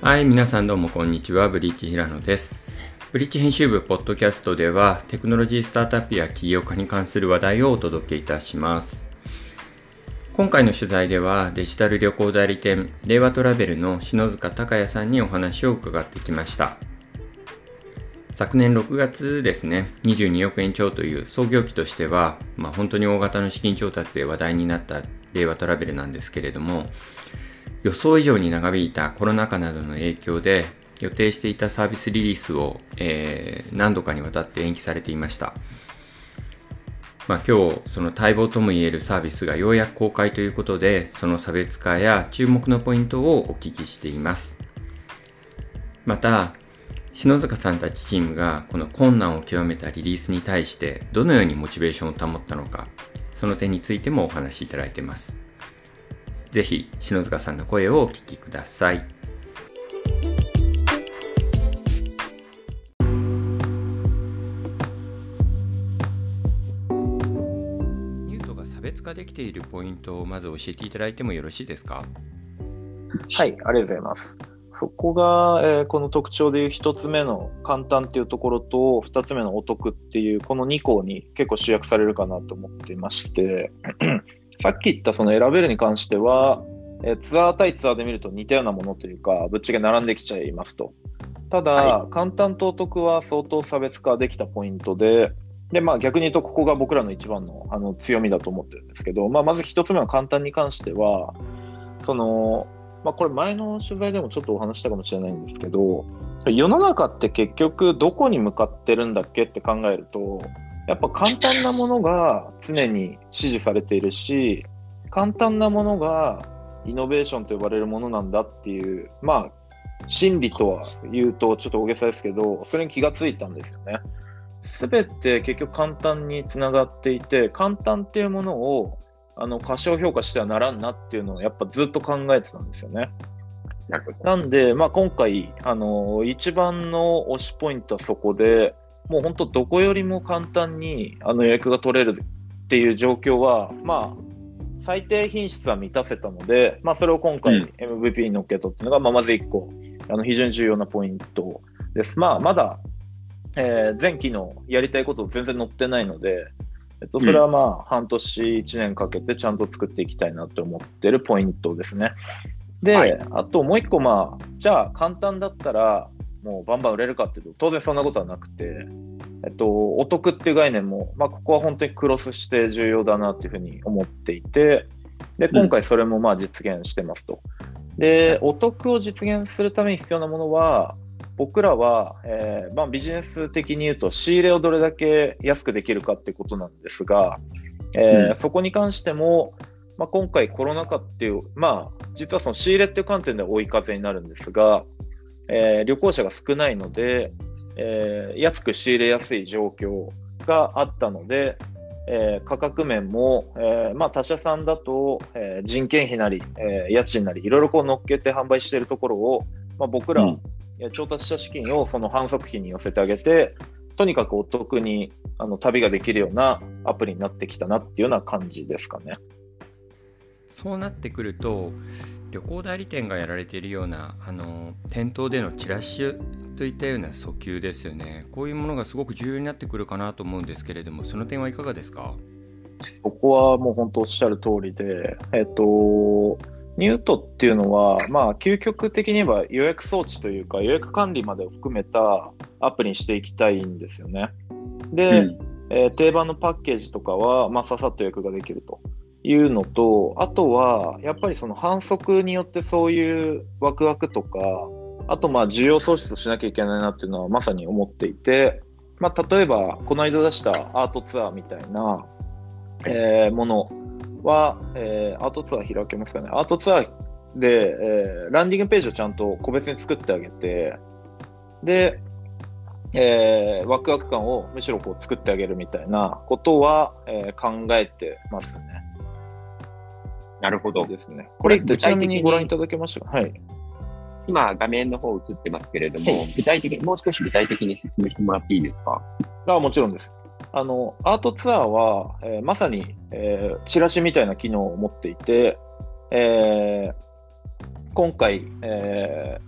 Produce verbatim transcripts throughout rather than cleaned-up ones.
はい、皆さんどうもこんにちは。ブリッジ平野です。ブリッジ編集部ポッドキャストではテクノロジースタートアップや起業家に関する話題をお届けいたします。今回の取材ではデジタル旅行代理店令和トラベルの篠塚孝也さんにお話を伺ってきました。昨年ろくがつですね、にじゅうにおくえん超という創業期としては、まあ、本当に大型の資金調達で話題になった令和トラベルなんですけれども、予想以上に長引いたコロナ禍などの影響で予定していたサービスリリースを、えー、何度かにわたって延期されていました。まあ、今日その待望ともいえるサービスがようやく公開ということで、その差別化や注目のポイントをお聞きしています。また篠塚さんたちチームがこの困難を極めたリリースに対してどのようにモチベーションを保ったのか、その点についてもお話しいただいています。ぜひ篠塚さんの声をお聞きください。ニュートが差別化できているポイントをまず教えていただいてもよろしいですか？ はい、ありがとうございます。そこが、えーこの特徴でいうひとつめの簡単っていうところとふたつめのお得っていうこのに項に結構集約されるかなと思っていましてさっき言ったその選べるに関しては、えーツアー対ツアーで見ると似たようなものというかぶっちゃけ並んできちゃいますと。ただ、 は簡単とお得は相当差別化できたポイントで、でまあ、逆に言うとここが僕らの一番の、あの強みだと思ってるんですけど、まあ、まずひとつめの簡単に関してはそのまあ、これ前の取材でもちょっとお話したかもしれないんですけど、世の中って結局どこに向かってるんだっけって考えると、やっぱ簡単なものが常に支持されているし、簡単なものがイノベーションと呼ばれるものなんだっていう、まあ心理とは言うとちょっと大げさですけど、それに気がついたんですよね。すべて結局簡単につながっていて、簡単っていうものをあの過小評価してはならんなっていうのをやっぱずっと考えてたんですよね。 なるほど。 なんで、まあ、今回あの一番の推しポイントはそこで、もう本当どこよりも簡単にあの予約が取れるっていう状況は、まあ、最低品質は満たせたので、まあ、それを今回 エムブイピー に乗っけたっていうのが、まあ、まずいっこあの非常に重要なポイントです。まあ、まだ、えー、前期のやりたいこと全然載ってないので、えっと、それはまあ半年いちねんかけてちゃんと作っていきたいなと思ってるポイントですね。で、はい、あともう一個、まあじゃあ簡単だったらもうバンバン売れるかっていうと当然そんなことはなくて、えっと、お得っていう概念も、まあ、ここは本当にクロスして重要だなっていうふうに思っていて、で今回それもまあ実現してますと。でお得を実現するために必要なものは、僕らは、えーまあ、ビジネス的に言うと仕入れをどれだけ安くできるかってことなんですが、えーうん、そこに関しても、まあ、今回コロナ禍っていう、まあ、実はその仕入れっていう観点では追い風になるんですが、えー、旅行者が少ないので、えー、安く仕入れやすい状況があったので、えー、価格面も、えーまあ、他社さんだと、えー、人件費なり、えー、家賃なりいろいろこう乗っけて販売しているところを、まあ、僕ら、うん調達した資金をその販促費に寄せてあげて、とにかくお得にあの旅ができるようなアプリになってきたなっていうような感じですかね。 そうなってくると、旅行代理店がやられているようなあの店頭でのチラシといったような訴求ですよね。こういうものがすごく重要になってくるかなと思うんですけれども、その点はいかがですか？ ここはもう本当おっしゃる通りで、えっとニュートっていうのは、まあ、究極的に言えば予約装置というか予約管理までを含めたアプリにしていきたいんですよね。で、うんえー、定番のパッケージとかは、まあ、ささっと予約ができるというのと、あとはやっぱりその反則によってそういうワクワクとか、あとまあ需要創出しなきゃいけないなっていうのはまさに思っていて、まあ、例えばこの間出したアートツアーみたいな、えー、ものは、えー、アートツアー開けますかね。アートツアーで、えー、ランディングページをちゃんと個別に作ってあげて、で、えー、ワクワク感をむしろこう作ってあげるみたいなことは、えー、考えてますね。 なるほどですね。これちなみにご覧いただけましたか？はい。 今画面の方映ってますけれども、はい、具体的にもう少し具体的に説明してもらっていいですか？ あ、もちろんです。あのアートツアーは、えー、まさに、えー、チラシみたいな機能を持っていて、えー、今回、えー、ス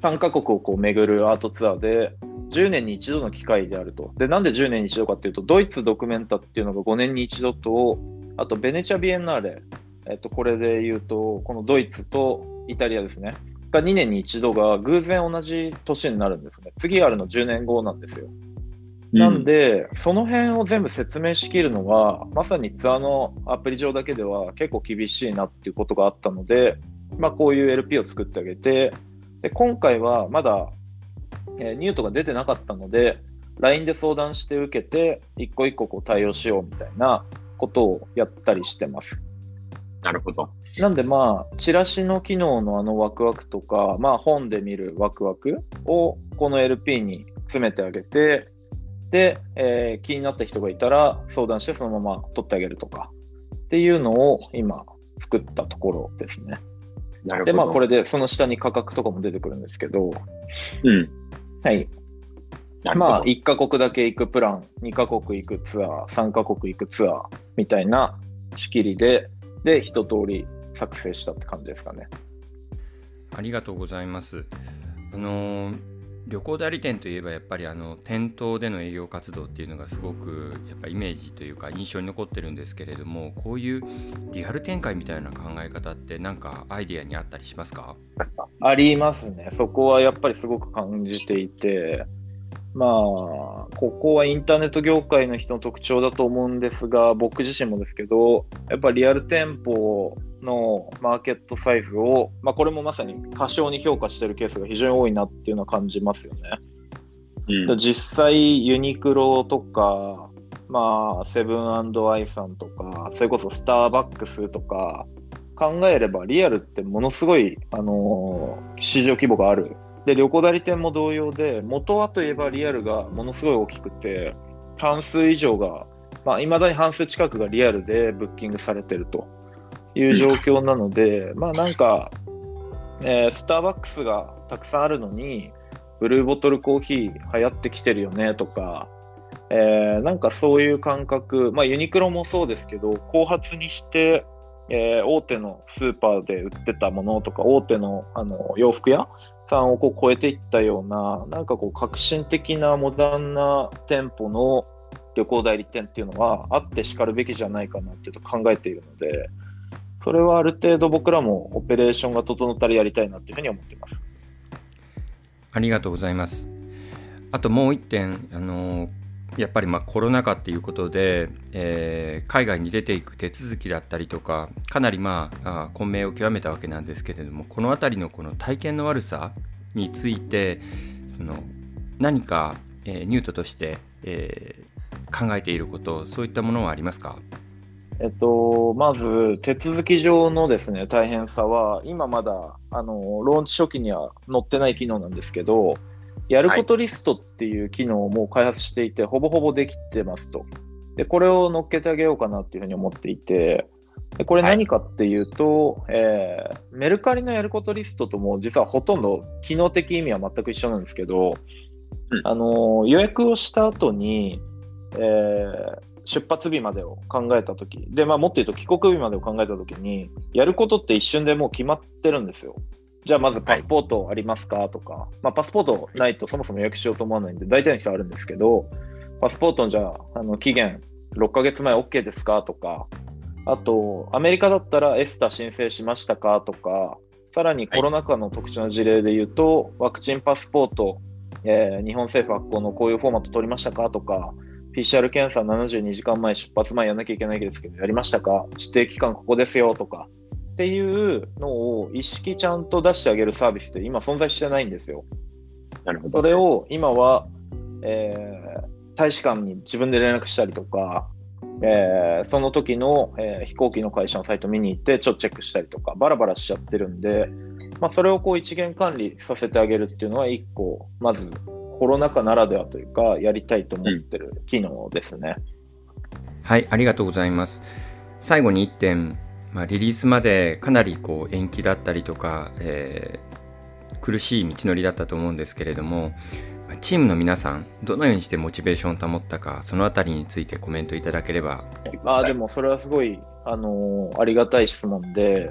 さんカ国をこう巡るアートツアーで、じゅうねんに一度の機会であると。で、なんでじゅうねんに一度かっていうと、ドイツドキュメンタっていうのがごねんに一度と、あとベネチアビエンナーレ、えっと、これで言うと、このドイツとイタリアですね。がにねんに一度が偶然同じ年になるんですね。次あるのじゅうねんごなんですよ。なんで、その辺を全部説明しきるのは、まさにツアーのアプリ上だけでは結構厳しいなっていうことがあったので、まあ、こういう エルピー を作ってあげて、で今回はまだ、えーニュートが出てなかったので、ライン で相談して受けて、一個一個こう対応しようみたいなことをやったりしてます。 なるほど。 なんでまあ、チラシの機能のあのワクワクとか、まあ本で見るワクワクをこの エルピー に詰めてあげて、で、えー気になった人がいたら相談してそのまま取ってあげるとかっていうのを今作ったところですね。 なるほど。 で、まあこれでその下に価格とかも出てくるんですけど、 うん。 はい。 なるほど。 まあいっカ国だけ行くプラン、にカ国行くツアー、さんカ国行くツアーみたいな仕切りで、で、一通り作成したって感じですかね。 ありがとうございます。あの旅行代理店といえばやっぱりあの店頭での営業活動っていうのがすごくやっぱイメージというか印象に残ってるんですけれども、こういうリアル展開みたいな考え方ってなんかアイディアにあったりしますか？ ありますね。そこはやっぱりすごく感じていて、まあ、ここはインターネット業界の人の特徴だと思うんですが、僕自身もですけど、やっぱりリアル店舗のマーケットサイズを、まあこれもまさに過小に評価しているケースが非常に多いなっていうのは感じますよね。 うん。 実際ユニクロとか、まあセブン&アイさんとか、それこそスターバックスとか考えればリアルってものすごい、あのー市場規模がある。で、旅行代理店も同様で、元はといえばリアルがものすごい大きくて、半数以上が、まあ未だに半数近くがリアルでブッキングされてるという状況なので、まあなんか、えースターバックスがたくさんあるのに、ブルーボトルコーヒー流行ってきてるよねとか、えーなんかそういう感覚、まあユニクロもそうですけど、後発にして、えー大手のスーパーで売ってたものとか、大手の、あの洋服屋さんをこう超えていったような、なんかこう革新的なモダンな店舗の旅行代理店っていうのはあってしかるべきじゃないかなっていうと考えているので、それはある程度僕らもオペレーションが整ったらやりたいなっていうふうに思っています。 ありがとうございます。あともう一点、あのやっぱりまあコロナ禍っていうことで、えー海外に出ていく手続きだったりとか、かなりまああ混迷を極めたわけなんですけれども、このあたりのこの体験の悪さについて、その何か、えーニュートとして、えー考えていること、そういったものはありますか？ えっと、まず手続き上のですね、大変さは、今まだあのローンチ初期には載ってない機能なんですけど、やることリストっていう機能をもう開発していて、ほぼほぼできてますと。で、これを乗っけてあげようかなっていうふうに思っていて、でこれ何かっていうと、えーメルカリのやることリストとも実はほとんど機能的意味は全く一緒なんですけど、 うんあの予約をした後に、えー出発日までを考えたとき、で、まあ、もっと言うと帰国日までを考えたときに、やることって一瞬でもう決まってるんですよ。じゃあまずパスポートありますかとか、まあ、パスポートないとそもそも予約しようと思わないんで、大体の人はあるんですけど、パスポートのじゃあ、あの期限ろっかげつまえ OK ですかとか、あと、アメリカだったらエスタ申請しましたかとか、さらにコロナ禍の特殊な事例で言うと、ワクチンパスポート、えー日本政府発行のこういうフォーマット取りましたかとか、ピーシーアール 検査ななじゅうにじかんまえ、出発前やらなきゃいけないですけど、やりましたか、指定期間ここですよとか、っていうのを意識ちゃんと出してあげるサービスって今存在してないんですよ。 なるほど。 それを今は、えー大使館に自分で連絡したりとか、えーその時の、えー飛行機の会社のサイト見に行ってちょっとチェックしたりとかバラバラしちゃってるんで、まあ、それをこう一元管理させてあげるっていうのは一個まずコロナ禍ならではというかやりたいと思ってる機能ですね。 はい、ありがとうございます。最後にいってん、まあ、リリースまでかなりこう延期だったりとか、えー苦しい道のりだったと思うんですけれども、チームの皆さんどのようにしてモチベーションを保ったか、そのあたりについてコメントいただければ。 あーでもそれはすごい、あのーありがたい質問で、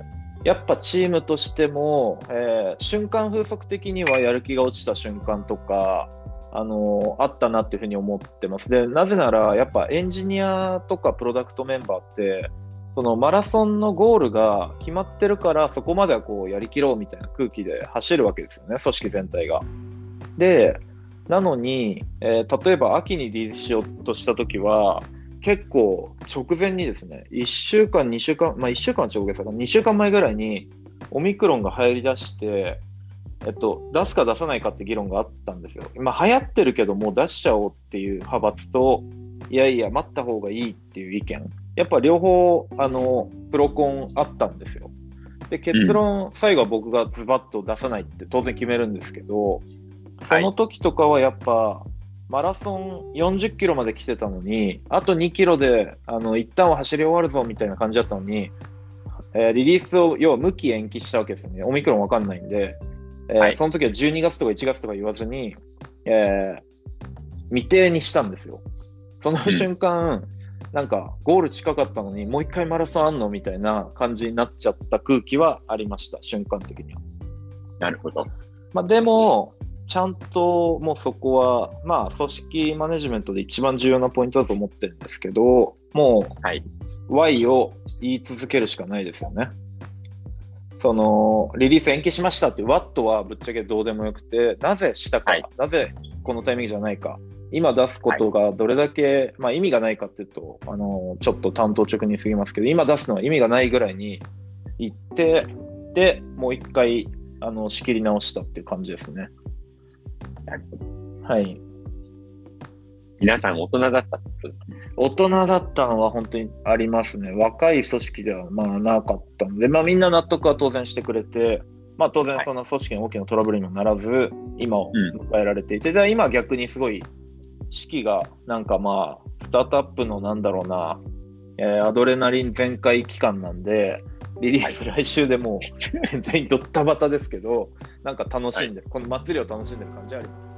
やっぱチームとしても、えー瞬間風速的にはやる気が落ちた瞬間とか、あのーあったなっていうふうに思ってます。で、なぜなら、やっぱエンジニアとかプロダクトメンバーって、そのマラソンのゴールが決まってるから、そこまではこうやりきろうみたいな空気で走るわけですよね、組織全体が。で、なのに、えー例えば秋にリリースしようとしたときは、結構直前にですね、いっしゅうかん、にしゅうかん、まあいっしゅうかんは直後かにしゅうかんまえぐらいにオミクロンが入り出して、えっと、出すか出さないかって議論があったんですよ。今流行ってるけどもう出しちゃおうっていう派閥と、いやいや待った方がいいっていう意見。やっぱ両方、あの、プロコンあったんですよ。で、結論、最後は僕がズバッと出さないって当然決めるんですけど、その時とかはやっぱ、マラソンよんじゅっキロまで来てたのに、あとにキロであの一旦は走り終わるぞみたいな感じだったのに、えーリリースを要は無期延期したわけですよね。オミクロンわかんないんで、えーはいその時はじゅうにがつとかいちがつとか言わずに、えー未定にしたんですよ。その瞬間、なんかゴール近かったのにもう一回マラソンあんのみたいな感じになっちゃった空気はありました、瞬間的には。 なるほど。 まあ、でも、ちゃんともうそこは、まあ、組織マネジメントで一番重要なポイントだと思ってるんですけど、もはい。 う Y を言い続けるしかないですよね。その、リリース延期しましたっていう What はぶっちゃけどうでもよくて、なぜしたか、 はいなぜこのタイミングじゃないか、今出すことがどれだけ、まあ意味がないかっていうと、あの、ちょっと単刀直入に過ぎますけど、今出すのは意味がないぐらいに言って、で、もう一回、あの、仕切り直したっていう感じですね。 なるほど。 はい。 皆さん大人だったってことですね。 大人だったのは本当にありますね。若い組織ではまあなかったので、まあみんな納得は当然してくれて、まあ当然その組織の大きなトラブルにもならず、今を迎えられていて、で今逆にすごい士気がなんかまあ、スタートアップのなんだろうな、えーアドレナリン全開期間なんで、リリース来週でもう全員ドッタバタですけど、なんか楽しんでる、この祭りを楽しんでる感じはあります。